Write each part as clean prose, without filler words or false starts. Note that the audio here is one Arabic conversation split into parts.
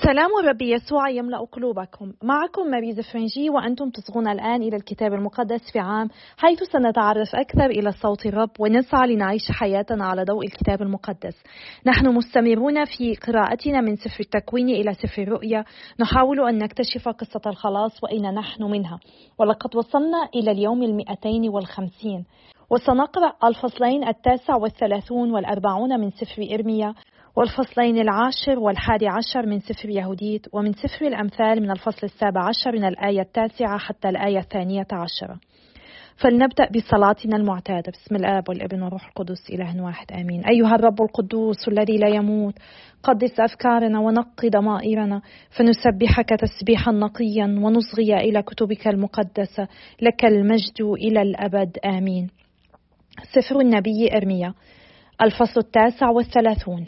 سلام الرب يسوع يملأ قلوبكم. معكم ماريز فرنجي، وأنتم تصغون الآن إلى الكتاب المقدس في عام، حيث سنتعرف أكثر إلى صوت الرب ونسعى لنعيش حياتنا على ضوء الكتاب المقدس. نحن مستمرون في قراءتنا من سفر التكوين إلى سفر الرؤيا، نحاول أن نكتشف قصة الخلاص وأين نحن منها، ولقد وصلنا إلى اليوم 250، وسنقرأ الفصلين 39 و40 من سفر إرميا، والفصلين 10 و11 من سفر يهوديت، ومن سفر الأمثال من الفصل 17 من الآية 9 حتى الآية 12. فلنبدأ بصلاتنا المعتادة. بسم الآب والابن والروح القدس إله واحد آمين. أيها الرب القدوس الذي لا يموت، قدس أفكارنا ونقي ضمائرنا، فنسبحك تسبيحا نقيا ونصغي إلى كتبك المقدسة. لك المجد إلى الأبد آمين. سفر النبي إرميا، الفصل 39.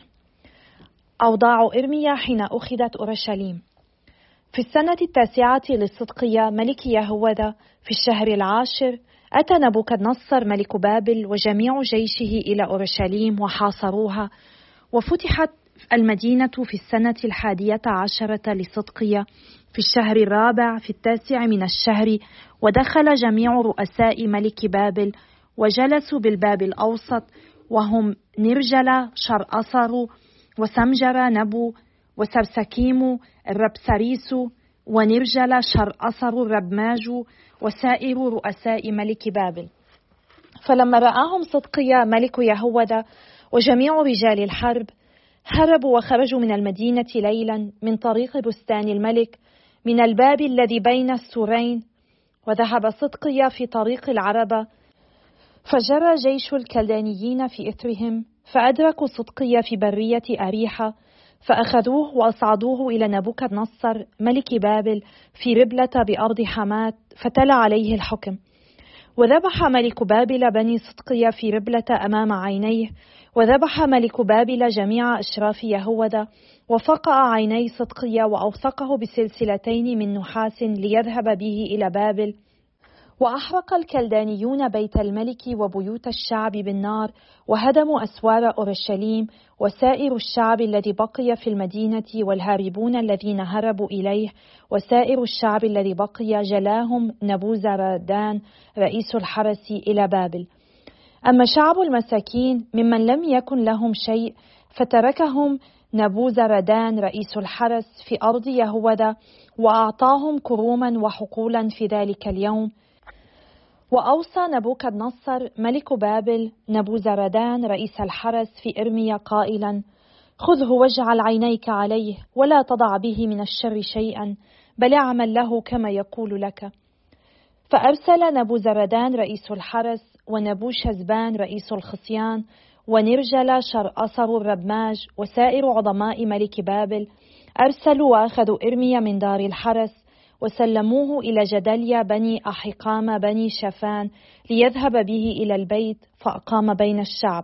أوضاع إرميا حين أخذت أورشليم. في السنة 9 لصدقيا ملك يهوذا، في الشهر 10، أتى نبوكدنصر ملك بابل وجميع جيشه إلى أورشليم وحاصروها، وفتحت المدينة في السنة 11 لصدقيا، في الشهر 4 في 9 من الشهر، ودخل جميع رؤساء ملك بابل وجلسوا بالباب الأوسط، وهم نرجل شرأصر وسمجر نبو وسرسكيم الربسريس ونرجل شرأصر الربماج وسائر رؤساء ملك بابل. فلما رآهم صدقيا ملك يهوذا وجميع رجال الحرب، هربوا وخرجوا من المدينة ليلا من طريق بستان الملك من الباب الذي بين السورين، وذهب صدقيا في طريق العربة، فجرى جيش الكلدانيين في إثرهم، فأدركوا صدقيا في برية أريحة، فأخذوه وأصعدوه إلى نبوكدنصر ملك بابل في ربلة بأرض حمات، فتلا عليه الحكم. وذبح ملك بابل بني صدقيا في ربلة أمام عينيه، وذبح ملك بابل جميع أشراف يهوذا، وفقع عيني صدقيا وأوثقه بسلسلتين من نحاس ليذهب به إلى بابل. وأحرق الكلدانيون بيت الملك وبيوت الشعب بالنار، وهدموا أسوار أورشليم، وسائر الشعب الذي بقي في المدينة والهاربون الذين هربوا إليه وسائر الشعب الذي بقي جلاهم نبوزردان رئيس الحرس إلى بابل. أما شعب المساكين ممن لم يكن لهم شيء، فتركهم نبوزردان رئيس الحرس في أرض يهوذا، وأعطاهم كروما وحقولا في ذلك اليوم. وأوصى نبوكدنصر ملك بابل نبوزردان رئيس الحرس في إرميا قائلا: خذه واجعل عينيك عليه، ولا تضع به من الشر شيئا، بل اعمل له كما يقول لك. فأرسل نبوزردان رئيس الحرس ونبوشزبان رئيس الخصيان ونرجل شرأصر الربماج وسائر عظماء ملك بابل، أرسلوا وأخذوا إرميا من دار الحرس، وسلموه إلى جدليا بني أحيقام بني شافان ليذهب به إلى البيت، فأقام بين الشعب.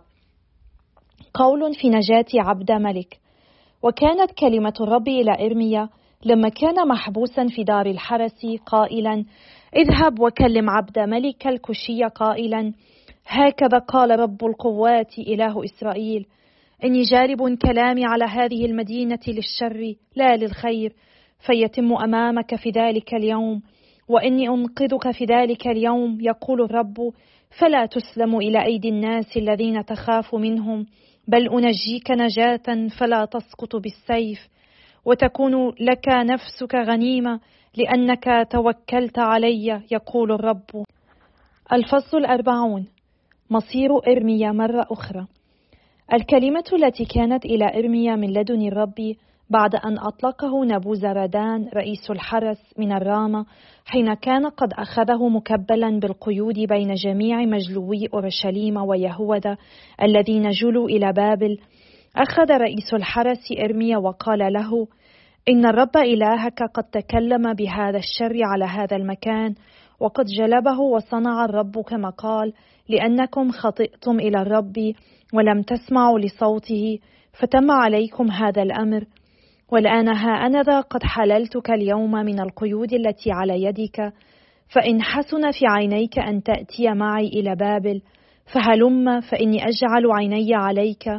قول في نجاة عبد ملك. وكانت كلمة الرب إلى إرميا لما كان محبوسا في دار الحرس قائلا: اذهب وكلم عبد ملك الكوشي قائلا: هكذا قال رب القوات إله إسرائيل: إني جارب كلامي على هذه المدينة للشر لا للخير، فيتم أمامك في ذلك اليوم، وإني أنقذك في ذلك اليوم، يقول الرب، فلا تسلم إلى أيدي الناس الذين تخاف منهم، بل أنجيك نجاة فلا تسقط بالسيف، وتكون لك نفسك غنيمة لأنك توكلت علي، يقول الرب. الفصل 40. مصير إرميا مرة أخرى. الكلمة التي كانت إلى إرميا من لدن الرب بعد أن أطلقه نبوزردان رئيس الحرس من الرامة، حين كان قد أخذه مكبلا بالقيود بين جميع مجلوي أورشليم ويهوذا الذين جلوا إلى بابل، أخذ رئيس الحرس إرميا وقال له: إن الرب إلهك قد تكلم بهذا الشر على هذا المكان، وقد جلبه وصنع الرب كما قال، لأنكم خطئتم إلى الرب ولم تسمعوا لصوته، فتم عليكم هذا الأمر. والآن ها أنا ذا قد حللتك اليوم من القيود التي على يدك، فإن حسن في عينيك أن تأتي معي إلى بابل فهلم، فإني أجعل عيني عليك،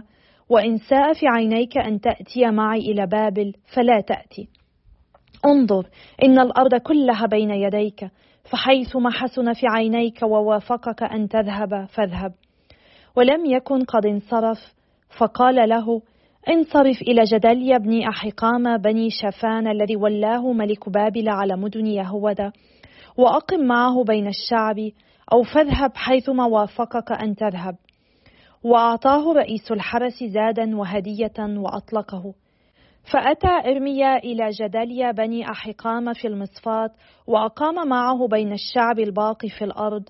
وإن ساء في عينيك أن تأتي معي إلى بابل فلا تأتي. انظر، إن الأرض كلها بين يديك، فحيثما حسن في عينيك ووافقك أن تذهب فاذهب. ولم يكن قد انصرف، فقال له: انصرف إلى جدليا بن أحيقام بني شافان الذي ولاه ملك بابل على مدن يهوذا، وأقم معه بين الشعب، أو فاذهب حيثما وافقك أن تذهب. وأعطاه رئيس الحرس زادا وهدية وأطلقه. فأتى إرميا إلى جدليا بني أحيقام في المصفات، وأقام معه بين الشعب الباقي في الأرض.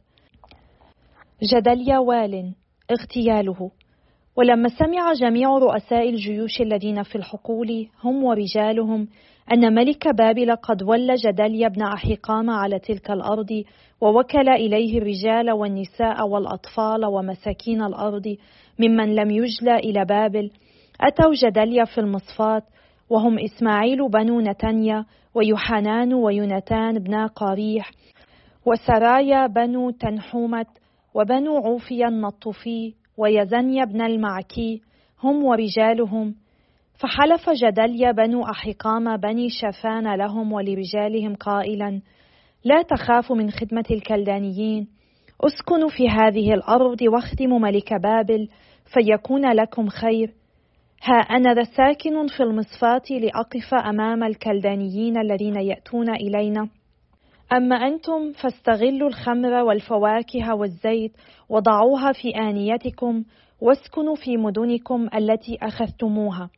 جدليا وال اغتياله. ولما سمع جميع رؤساء الجيوش الذين في الحقول هم ورجالهم أن ملك بابل قد ولى جدليا بن أحيقام على تلك الأرض، ووكل إليه الرجال والنساء والأطفال ومساكين الأرض ممن لم يجلى إلى بابل، أتوا جدليا في المصفات، وهم إسماعيل بنو نتنيا، ويوحنان ويونتان بنا قاريح، وسرايا بنو تنحومت، وبنو عوفيا النطوفي، ويزنيا بن المعكي هم ورجالهم. فحلف جدليا بنو أحيقام بني شافان لهم ولرجالهم قائلا: لا تخافوا من خدمة الكلدانيين، اسكنوا في هذه الأرض واخدموا ملك بابل فيكون لكم خير. ها أنا ذا ساكن في المصفات لأقف أمام الكلدانيين الذين يأتون إلينا. أما أنتم فاستغلوا الخمر والفواكه والزيت وضعوها في آنيتكم، واسكنوا في مدنكم التي أخذتموها.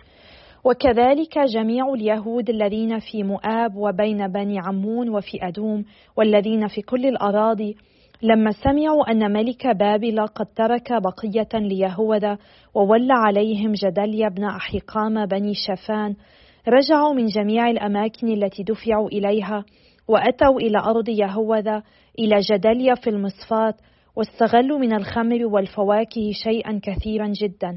وكذلك جميع اليهود الذين في مؤاب وبين بني عمون وفي أدوم والذين في كل الأراضي، لما سمعوا أن ملك بابل قد ترك بقية ليهوذا وولى عليهم جدليا بن أحيقام بني شافان، رجعوا من جميع الأماكن التي دفعوا إليها، وأتوا إلى أرض يهوذا إلى جدليا في المصفات، واستغلوا من الخمر والفواكه شيئا كثيرا جدا.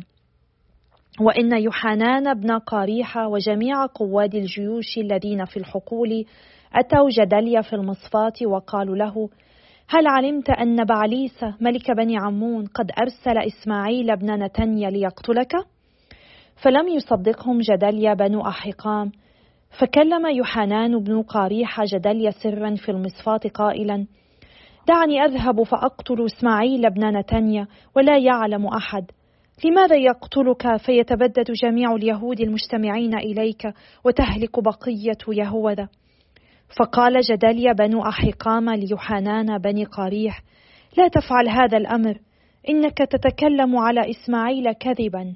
وإن يوحنان بن قاريح وجميع قواد الجيوش الذين في الحقول أتوا جدليا في المصفات وقالوا له: هل علمت أن بعليس ملك بني عمون قد أرسل إسماعيل بن نتنيا ليقتلك؟ فلم يصدقهم جدليا بن أحيقام. فكلم يوحنان بن قاريح جدليا سرا في المصفات قائلا: دعني أذهب فأقتل إسماعيل بن نتنيا ولا يعلم أحد. لماذا يقتلك فيتبدد جميع اليهود المجتمعين إليك وتهلك بقية يهوذا؟ فقال جدليا بن أحيقام ليوحنان بن قاريح: لا تفعل هذا الأمر، إنك تتكلم على إسماعيل كذبا.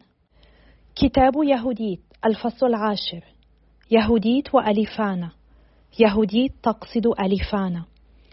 كتاب يهوديت الفصل 10. يهوديت وأليفانا. يهوديت تقصد أليفانا.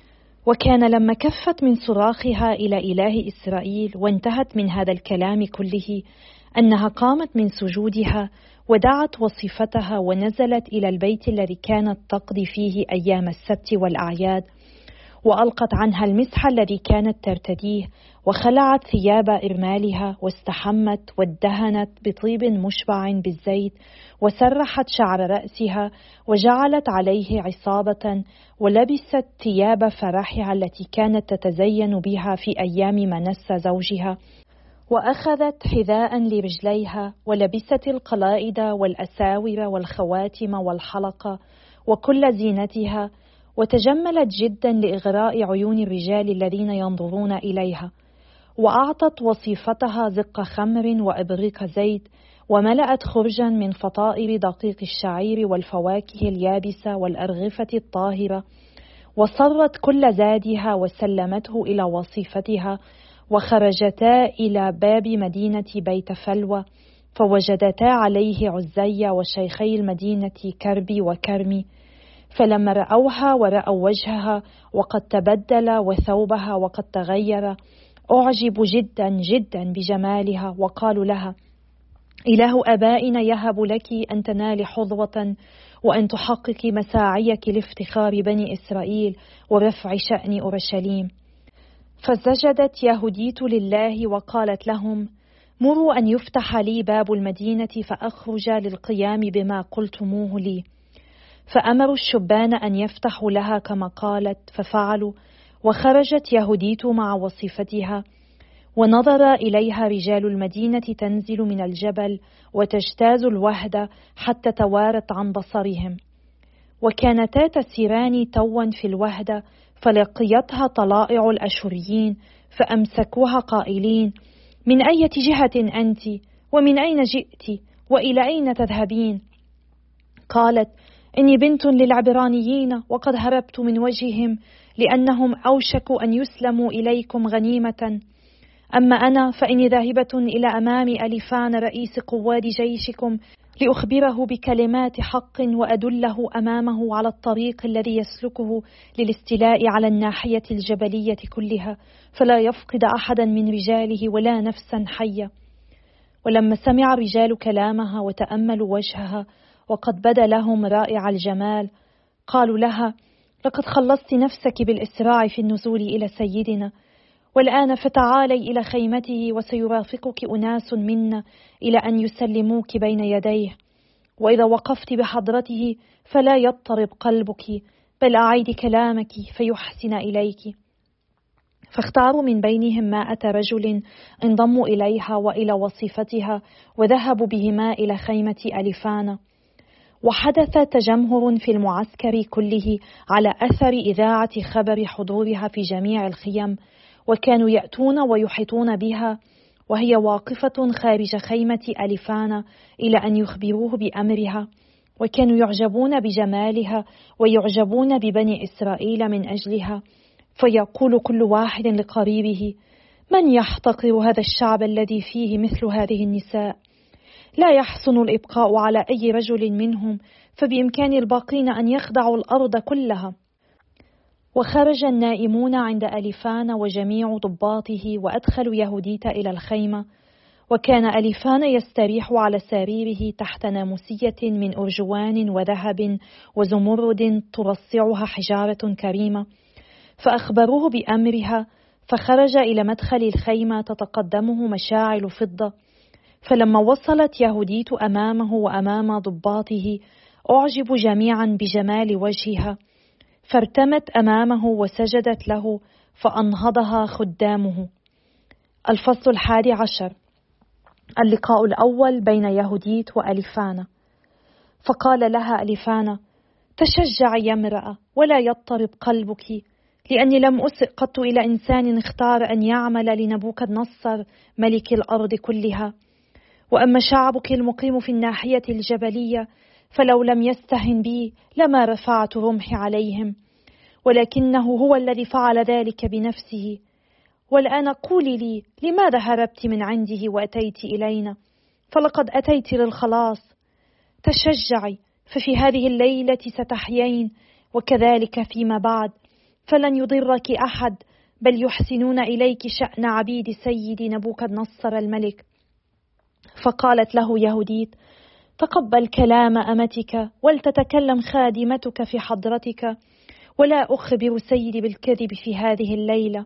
وكان لما كفت من صراخها إلى إله إسرائيل وانتهت من هذا الكلام كله، أنها قامت من سجودها ودعت وصيفتها ونزلت إلى البيت الذي كانت تقضي فيه أيام السبت والأعياد، وألقت عنها المسح الذي كانت ترتديه، وخلعت ثياب إرمالها، واستحمت وادهنت بطيب مشبع بالزيت، وسرحت شعر رأسها، وجعلت عليه عصابة، ولبست ثياب فرحها التي كانت تتزين بها في أيام منسى زوجها، وأخذت حذاء لرجليها، ولبست القلائد والأساور والخواتم والحلقة وكل زينتها، وتجملت جدا لإغراء عيون الرجال الذين ينظرون إليها. وأعطت وصيفتها زق خمر وإبريق زيت، وملأت خرجا من فطائر دقيق الشعير والفواكه اليابسة والأرغفة الطاهرة، وصرت كل زادها وسلمته إلى وصيفتها، وخرجتا إلى باب مدينة بيت فلوى، فوجدتا عليه عزي وشيخي المدينة كربي وكرمي. فلما رأوها ورأوا وجهها وقد تبدل وثوبها وقد تغير، أعجبوا جدا جدا بجمالها، وقالوا لها: إله آبائنا يهب لك أن تنالي حظوة وأن تحققي مساعيك لافتخار بني إسرائيل ورفع شأن أورشليم. فسجدت يهوديت لله وقالت لهم: مروا أن يفتح لي باب المدينة فأخرج للقيام بما قلتموه لي. فأمروا الشبان أن يفتحوا لها كما قالت، ففعلوا، وخرجت يهوديت مع وصيفتها. ونظر إليها رجال المدينة تنزل من الجبل وتجتاز الوهد حتى توارت عن بصرهم، وكانتا تسيران توا في الوهد، فلقيتها طلائع الأشوريين فأمسكوها قائلين: من أي جهة أنت؟ ومن أين جئت؟ وإلى أين تذهبين؟ قالت: إني بنت للعبرانيين، وقد هربت من وجههم لأنهم أوشكوا أن يسلموا إليكم غنيمة. أما أنا فإني ذاهبة إلى أمام أليفان رئيس قواد جيشكم لأخبره بكلمات حق وأدله أمامه على الطريق الذي يسلكه للاستيلاء على الناحية الجبلية كلها، فلا يفقد أحدا من رجاله ولا نفسا حية. ولما سمع الرجال كلامها وتأملوا وجهها وقد بدا لهم رائع الجمال، قالوا لها: لقد خلصت نفسك بالإسراع في النزول إلى سيدنا، والآن فتعالي إلى خيمته وسيرافقك أناس منا إلى أن يسلموك بين يديه، وإذا وقفت بحضرته فلا يضطرب قلبك، بل أعيد كلامك فيحسن إليك. فاختاروا من بينهم 100 رجل انضموا إليها وإلى وصيفتها، وذهبوا بهما إلى خيمة أليفان. وحدث تجمهر في المعسكر كله على أثر إذاعة خبر حضورها في جميع الخيم، وكانوا يأتون ويحيطون بها وهي واقفة خارج خيمة أليفان إلى أن يخبروه بأمرها، وكانوا يعجبون بجمالها ويعجبون ببني إسرائيل من أجلها. فيقول كل واحد لقريبه: من يحتقر هذا الشعب الذي فيه مثل هذه النساء؟ لا يحسن الإبقاء على أي رجل منهم، فبإمكان الباقين أن يخضعوا الأرض كلها. وخرج النائمون عند أليفان وجميع ضباطه، وأدخلوا يهوديت إلى الخيمة، وكان أليفان يستريح على سريره تحت ناموسية من أرجوان وذهب وزمرد ترصعها حجارة كريمة. فأخبروه بأمرها، فخرج إلى مدخل الخيمة تتقدمه مشاعل فضة. فلما وصلت يهوديت أمامه وأمام ضباطه، أعجبوا جميعا بجمال وجهها، فارتمت أمامه وسجدت له، فأنهضها خدامه. الفصل 11. اللقاء الأول بين يهوديت وأليفان. فقال لها أليفان: تشجعي يا امرأة، ولا يضطرب قلبك، لأني لم أسئ قط إلى إنسان اختار أن يعمل لنبوكدنصر ملك الأرض كلها. وأما شعبك المقيم في الناحية الجبلية فلو لم يستهن بي لما رفعت رمحي عليهم، ولكنه هو الذي فعل ذلك بنفسه. والآن قولي لي، لماذا هربت من عنده وأتيت إلينا؟ فلقد أتيت للخلاص. تشجعي، ففي هذه الليلة ستحيين، وكذلك فيما بعد، فلن يضرك أحد، بل يحسنون إليك شأن عبيد سيد نبوكدنصر الملك. فقالت له يهوديت: تقبل كلام أمتك، ولتتكلم خادمتك في حضرتك، ولا أخبر سيدي بالكذب في هذه الليلة.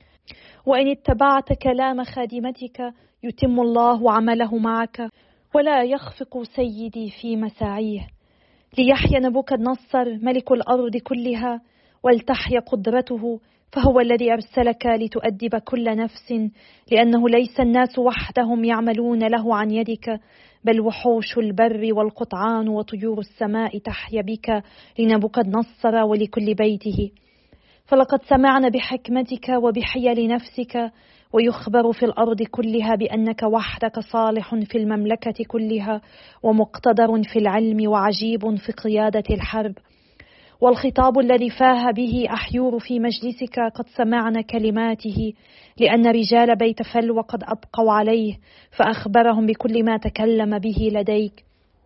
وإن اتبعت كلام خادمتك يتم الله عمله معك، ولا يخفق سيدي في مساعيه، ليحيى نبوكدنصر ملك الأرض كلها، ولتحيا قدرته، فهو الذي أرسلك لتؤدب كل نفس، لأنه ليس الناس وحدهم يعملون له عن يدك، بل وحوش البر والقطعان وطيور السماء تحيا بك لنبوكدنصر ولكل بيته. فلقد سمعنا بحكمتك وبحيل نفسك، ويخبر في الأرض كلها بأنك وحدك صالح في المملكة كلها، ومقتدر في العلم، وعجيب في قيادة الحرب. والخطاب الذي فاه به أحيور في مجلسك قد سمعنا كلماته، لأن رجال بيت فلو قد أبقوا عليه، فأخبرهم بكل ما تكلم به لديك.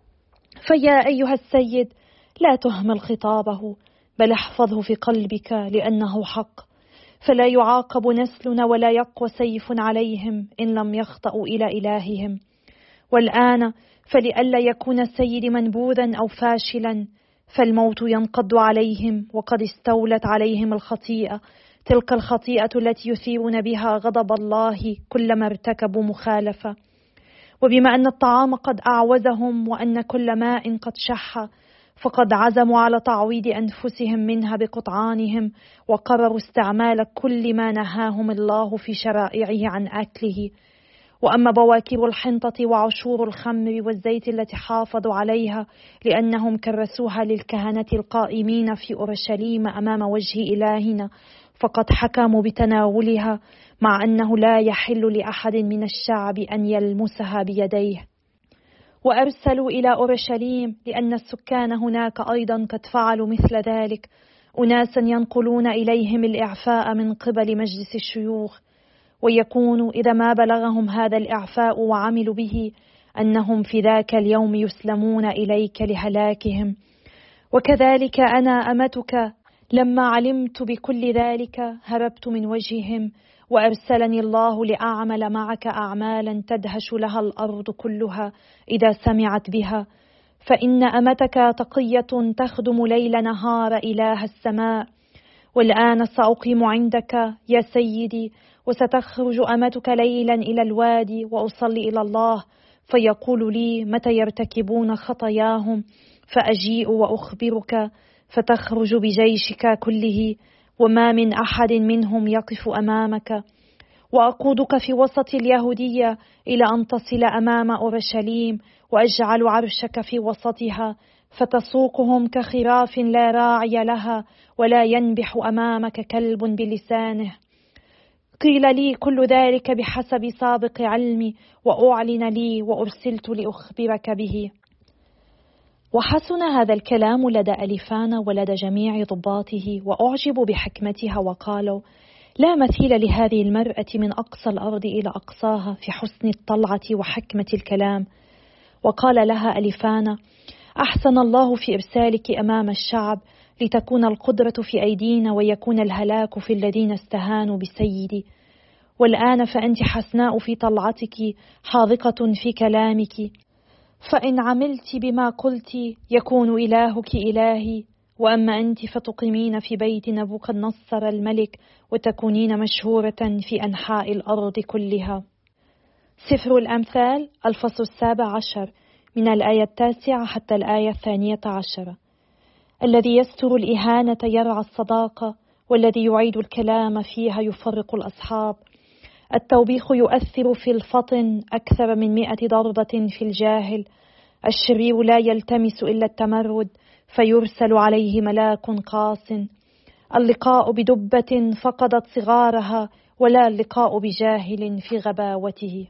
فيا أيها السيد، لا تهمل خطابه، بل احفظه في قلبك، لأنه حق. فلا يعاقب نسلنا ولا يقوى سيف عليهم إن لم يخطئوا إلى إلههم. والآن فلئلا يكون السيد منبوذا أو فاشلا، فالموت ينقض عليهم، وقد استولت عليهم الخطيئة، تلك الخطيئة التي يثيرون بها غضب الله كلما ارتكبوا مخالفة. وبما أن الطعام قد أعوزهم، وأن كل ماء قد شح، فقد عزموا على تعويض أنفسهم منها بقطعانهم، وقرروا استعمال كل ما نهاهم الله في شرائعه عن أكله. وأما بواكر الحنطة وعشور الخمر والزيت التي حافظوا عليها لأنهم كرسوها للكهنة القائمين في أورشليم أمام وجه إلهنا، فقد حكموا بتناولها، مع أنه لا يحل لأحد من الشعب أن يلمسها بيديه. وأرسلوا إلى أورشليم لأن السكان هناك أيضا قد فعلوا مثل ذلك، أناسا ينقلون إليهم الإعفاء من قبل مجلس الشيوخ. ويكون إذا ما بلغهم هذا الإعفاء وعملوا به أنهم في ذاك اليوم يسلمون إليك لهلاكهم. وكذلك أنا أمتك لما علمت بكل ذلك هربت من وجههم، وأرسلني الله لأعمل معك أعمالا تدهش لها الأرض كلها إذا سمعت بها. فإن أمتك تقية تخدم ليل نهار إله السماء. والآن سأقيم عندك يا سيدي، وستخرج أمتك ليلا إلى الوادي وأصلي إلى الله، فيقول لي متى يرتكبون خطاياهم فأجيء وأخبرك، فتخرج بجيشك كله، وما من أحد منهم يقف أمامك. وأقودك في وسط اليهودية إلى أن تصل أمام أورشليم، وأجعل عرشك في وسطها، فتسوقهم كخراف لا راعي لها، ولا ينبح أمامك كلب بلسانه. قيل لي كل ذلك بحسب سابق علمي، وأعلن لي وأرسلت لأخبرك به. وحسن هذا الكلام لدى أليفانا ولدى جميع ضباطه، وأعجبوا بحكمتها، وقالوا لا مثيل لهذه المرأة من أقصى الأرض إلى أقصاها في حسن الطلعة وحكمة الكلام. وقال لها أليفانا أحسن الله في إرسالك أمام الشعب، لتكون القدرة في أيدينا ويكون الهلاك في الذين استهانوا بسيدي. والآن فأنت حسناء في طلعتك، حاذقة في كلامك، فإن عملت بما قلت يكون إلهك إلهي، وأما أنت فتقيمين في بيت نبوخذنصر الملك، وتكونين مشهورة في أنحاء الأرض كلها. سفر الأمثال الفصل 17 من الآية 9 حتى الآية 12. الذي يستر الإهانة يرعى الصداقة، والذي يعيد الكلام فيها يفرق الأصحاب. التوبيخ يؤثر في الفطن أكثر من 100 ضربة في الجاهل. الشرير لا يلتمس إلا التمرد، فيرسل عليه ملاك قاس. اللقاء بدبة فقدت صغارها، ولا اللقاء بجاهل في غباوته.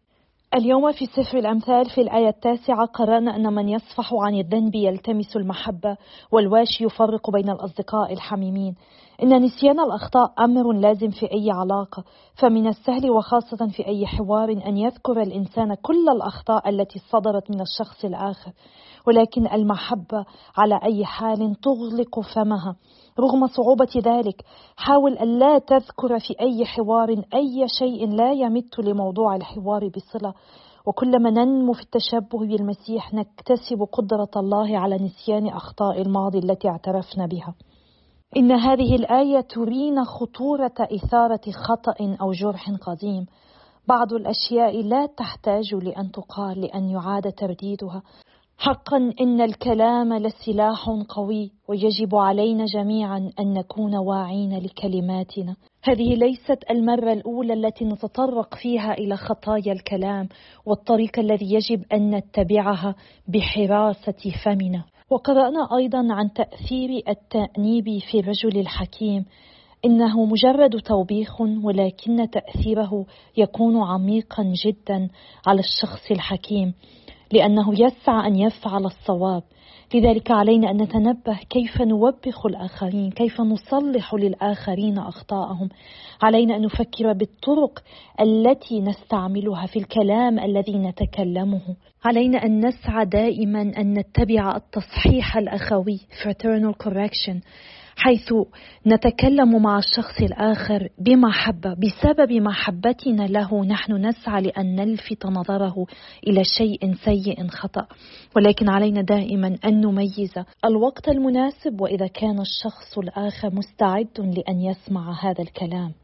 اليوم في سفر الأمثال في الآية 9 قرأنا أن من يصفح عن الذنب يلتمس المحبة، والواشي يفرق بين الأصدقاء الحميمين. إن نسيان الأخطاء أمر لازم في أي علاقة، فمن السهل وخاصة في أي حوار أن يذكر الإنسان كل الأخطاء التي صدرت من الشخص الآخر، ولكن المحبة على أي حال تغلق فمها. رغم صعوبة ذلك حاول ألا تذكر في أي حوار أي شيء لا يمت لموضوع الحوار بصلة، وكلما ننمو في التشبه بالمسيح نكتسب قدرة الله على نسيان أخطاء الماضي التي اعترفنا بها. إن هذه الآية ترينا خطورة إثارة خطأ أو جرح قديم. بعض الأشياء لا تحتاج لأن تقال لأن يعاد ترديدها. حقا إن الكلام لسلاح قوي، ويجب علينا جميعا أن نكون واعين لكلماتنا. هذه ليست المرة الأولى التي نتطرق فيها إلى خطايا الكلام، والطريق الذي يجب أن نتبعها بحراسة فمنا. وقرأنا أيضا عن تأثير التأنيب في الرجل الحكيم. إنه مجرد توبيخ، ولكن تأثيره يكون عميقا جدا على الشخص الحكيم، لأنه يسعى أن يفعل الصواب. لذلك علينا أن نتنبه كيف نوبخ الآخرين، كيف نصلح للآخرين أخطاءهم. علينا أن نفكر بالطرق التي نستعملها في الكلام الذي نتكلمه. علينا أن نسعى دائما أن نتبع التصحيح الأخوي fraternal correction، حيث نتكلم مع الشخص الآخر بمحبة. بسبب محبتنا له نحن نسعى لأن نلفت نظره إلى شيء سيء خطأ، ولكن علينا دائما أن نميز الوقت المناسب، وإذا كان الشخص الآخر مستعد لأن يسمع هذا الكلام.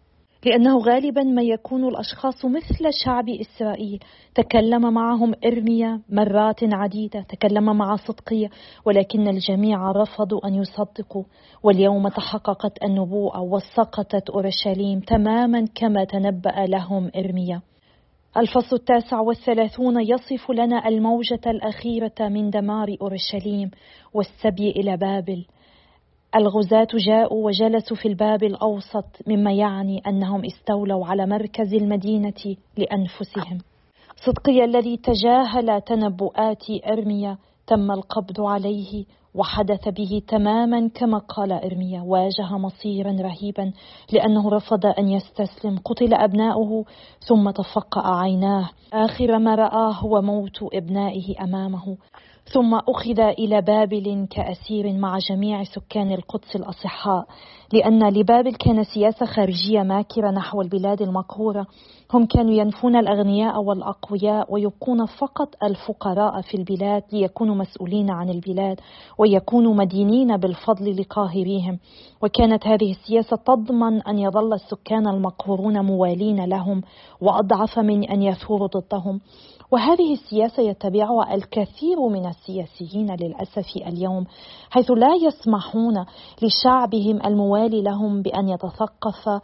لأنه غالبا ما يكون الأشخاص مثل شعب إسرائيل. تكلم معهم إرميا مرات عديدة، تكلم مع صدقية، ولكن الجميع رفضوا أن يصدقوا. واليوم تحققت النبوءة وسقطت أورشليم تماما كما تنبأ لهم إرميا. الفصل 39 يصف لنا الموجة الأخيرة من دمار أورشليم والسبي إلى بابل. الغزاة جاءوا وجلسوا في الباب الأوسط، مما يعني أنهم استولوا على مركز المدينة لأنفسهم. صدقيا الذي تجاهل تنبؤات إرميا تم القبض عليه، وحدث به تماما كما قال إرميا. واجه مصيرا رهيبا لأنه رفض أن يستسلم. قتل أبناؤه ثم تفقأ عيناه. آخر ما رآه هو موت ابنائه أمامه. ثم أخذ إلى بابل كأسير مع جميع سكان القدس الأصحاء، لأن لبابل كان سياسة خارجية ماكرة نحو البلاد المقهورة. هم كانوا ينفون الأغنياء والأقوياء ويبقون فقط الفقراء في البلاد ليكونوا مسؤولين عن البلاد ويكونوا مدينين بالفضل لقاهريهم. وكانت هذه السياسة تضمن أن يظل السكان المقهورون موالين لهم وأضعف من أن يثوروا ضدهم. وهذه السياسة يتبعها الكثير من السياسيين للأسف اليوم، حيث لا يسمحون لشعبهم الموالي لهم بأن يتثقف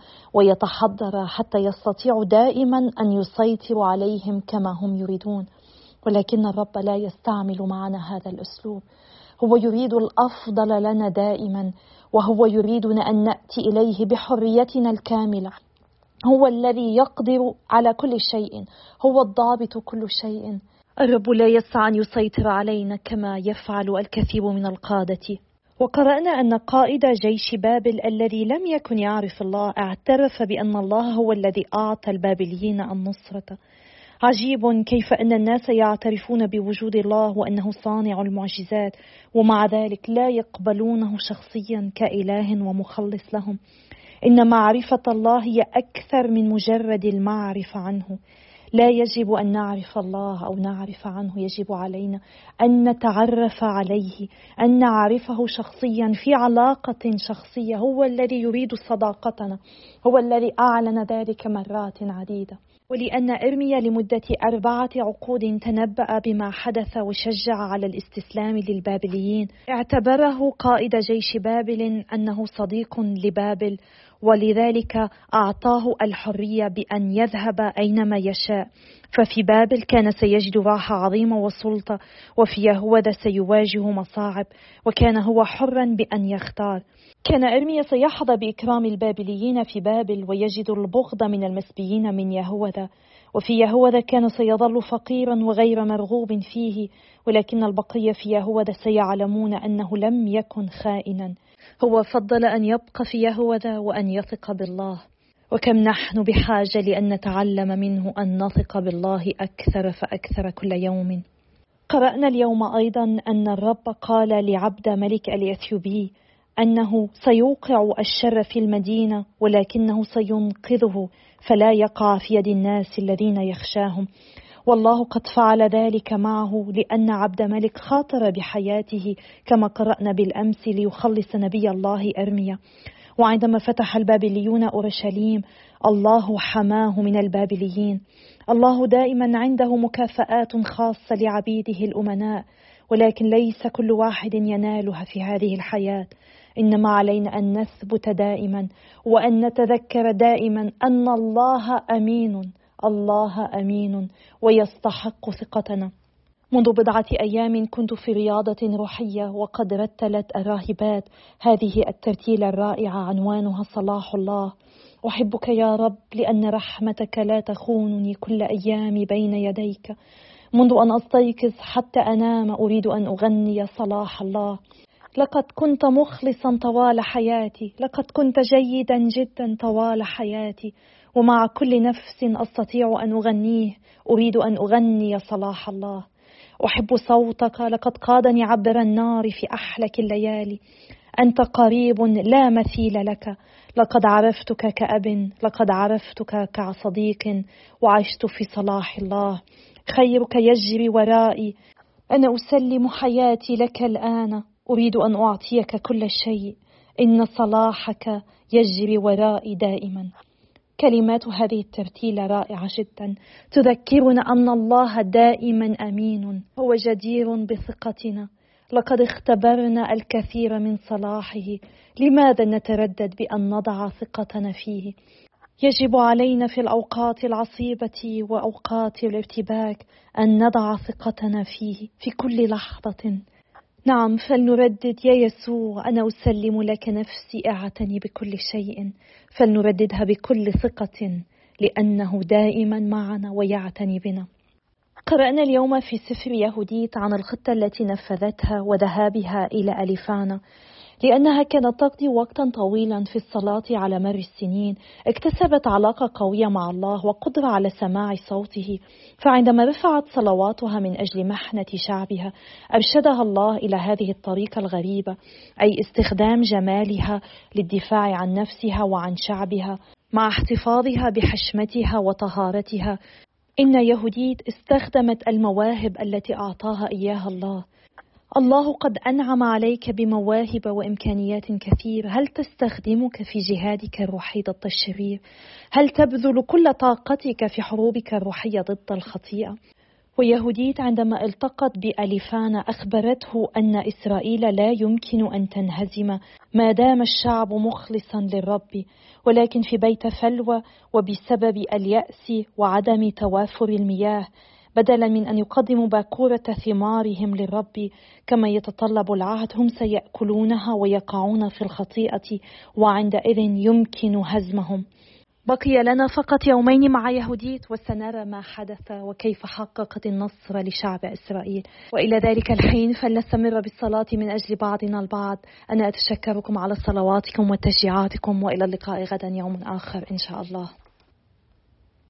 ويتحضر حتى يستطيعوا دائما أن يسيطروا عليهم كما هم يريدون. ولكن الرب لا يستعمل معنا هذا الأسلوب. هو يريد الأفضل لنا دائما، وهو يريدنا أن نأتي إليه بحريتنا الكاملة. هو الذي يقدر على كل شيء، هو الضابط كل شيء. الرب لا يسعى أن يسيطر علينا كما يفعل الكثير من القادة. وقرأنا أن قائد جيش بابل الذي لم يكن يعرف الله اعترف بأن الله هو الذي أعطى البابليين النصرة. عجيب كيف أن الناس يعترفون بوجود الله وأنه صانع المعجزات، ومع ذلك لا يقبلونه شخصيا كإله ومخلص لهم. إن معرفة الله هي أكثر من مجرد المعرفة عنه. لا يجب أن نعرف الله أو نعرف عنه، يجب علينا أن نتعرف عليه، أن نعرفه شخصيا في علاقة شخصية. هو الذي يريد صداقتنا، هو الذي أعلن ذلك مرات عديدة. ولأن إرميا لمدة 4 عقود تنبأ بما حدث وشجع على الاستسلام للبابليين، اعتبره قائد جيش بابل أنه صديق لبابل، ولذلك أعطاه الحرية بأن يذهب أينما يشاء. ففي بابل كان سيجد راحة عظيمة وسلطة، وفي يهوذا سيواجه مصاعب، وكان هو حرا بأن يختار. كان إرميا سيحظى بإكرام البابليين في بابل ويجد البغض من المسبيين من يهوذا، وفي يهوذا كان سيظل فقيرا وغير مرغوب فيه، ولكن البقية في يهوذا سيعلمون أنه لم يكن خائنا. هو فضل أن يبقى في يهوذا وأن يثق بالله. وكم نحن بحاجة لأن نتعلم منه أن نثق بالله أكثر فأكثر كل يوم. قرأنا اليوم أيضا أن الرب قال لعبد ملك الإثيوبي أنه سيوقع الشر في المدينة، ولكنه سينقذه فلا يقع في يد الناس الذين يخشاهم. والله قد فعل ذلك معه، لأن عبد ملك خاطر بحياته كما قرأنا بالأمس ليخلص نبي الله إرميا. وعندما فتح البابليون أورشليم الله حماه من البابليين. الله دائما عنده مكافآت خاصة لعبيده الأمناء، ولكن ليس كل واحد ينالها في هذه الحياة. إنما علينا أن نثبت دائما وأن نتذكر دائما أن الله أمين، الله أمين ويستحق ثقتنا. منذ 2 أيام كنت في رياضة روحية، وقد رتلت الراهبات هذه الترتيلة الرائعة عنوانها صلاح الله. أحبك يا رب لأن رحمتك لا تخونني كل أيام بين يديك. منذ أن أستيقظ حتى أنام أريد أن أغني صلاح الله. لقد كنت مخلصا طوال حياتي، لقد كنت جيدا جدا طوال حياتي، ومع كل نفس أستطيع أن أغنيه أريد أن أغني صلاح الله. أحب صوتك، لقد قادني عبر النار في أحلك الليالي. أنت قريب لا مثيل لك، لقد عرفتك كأب، لقد عرفتك كصديق، وعشت في صلاح الله. خيرك يجري ورائي، أنا أسلم حياتي لك الآن، أريد أن أعطيك كل شيء. إن صلاحك يجري ورائي دائما. كلمات هذه الترتيلة رائعة جدا، تذكرنا أن الله دائما أمين، هو جدير بثقتنا. لقد اختبرنا الكثير من صلاحه، لماذا نتردد بأن نضع ثقتنا فيه؟ يجب علينا في الأوقات العصيبة وأوقات الارتباك أن نضع ثقتنا فيه في كل لحظة. نعم، فلنردد: يا يسوع أنا أسلم لك نفسي، اعتني بكل شيء. فلنرددها بكل ثقة لأنه دائما معنا ويعتني بنا. قرأنا اليوم في سفر يهوديت عن الخطة التي نفذتها وذهابها إلى أليفانا، لأنها كانت تقضي وقتا طويلا في الصلاة على مر السنين. اكتسبت علاقة قوية مع الله وقدرة على سماع صوته، فعندما رفعت صلواتها من أجل محنة شعبها أرشدها الله إلى هذه الطريقة الغريبة، أي استخدام جمالها للدفاع عن نفسها وعن شعبها مع احتفاظها بحشمتها وطهارتها. إن يهوديت استخدمت المواهب التي أعطاها إياها الله. الله قد أنعم عليك بمواهب وإمكانيات كثيرة، هل تستخدمك في جهادك الروحي ضد الشرير؟ هل تبذل كل طاقتك في حروبك الروحية ضد الخطيئة؟ ويهوديت عندما التقت بأليفانا أخبرته أن إسرائيل لا يمكن أن تنهزم ما دام الشعب مخلصا للرب، ولكن في بيت فلوى وبسبب اليأس وعدم توافر المياه، بدلا من أن يقدموا باكورة ثمارهم للرب كما يتطلب العهد، هم سيأكلونها ويقعون في الخطيئة، وعندئذ يمكن هزمهم. بقي لنا فقط يومين مع يهوديت وسنرى ما حدث وكيف حققت النصر لشعب إسرائيل. وإلى ذلك الحين فلنستمر بالصلاة من أجل بعضنا البعض. أنا أتشكركم على صلواتكم وتشجيعاتكم، وإلى اللقاء غدا يوم آخر إن شاء الله.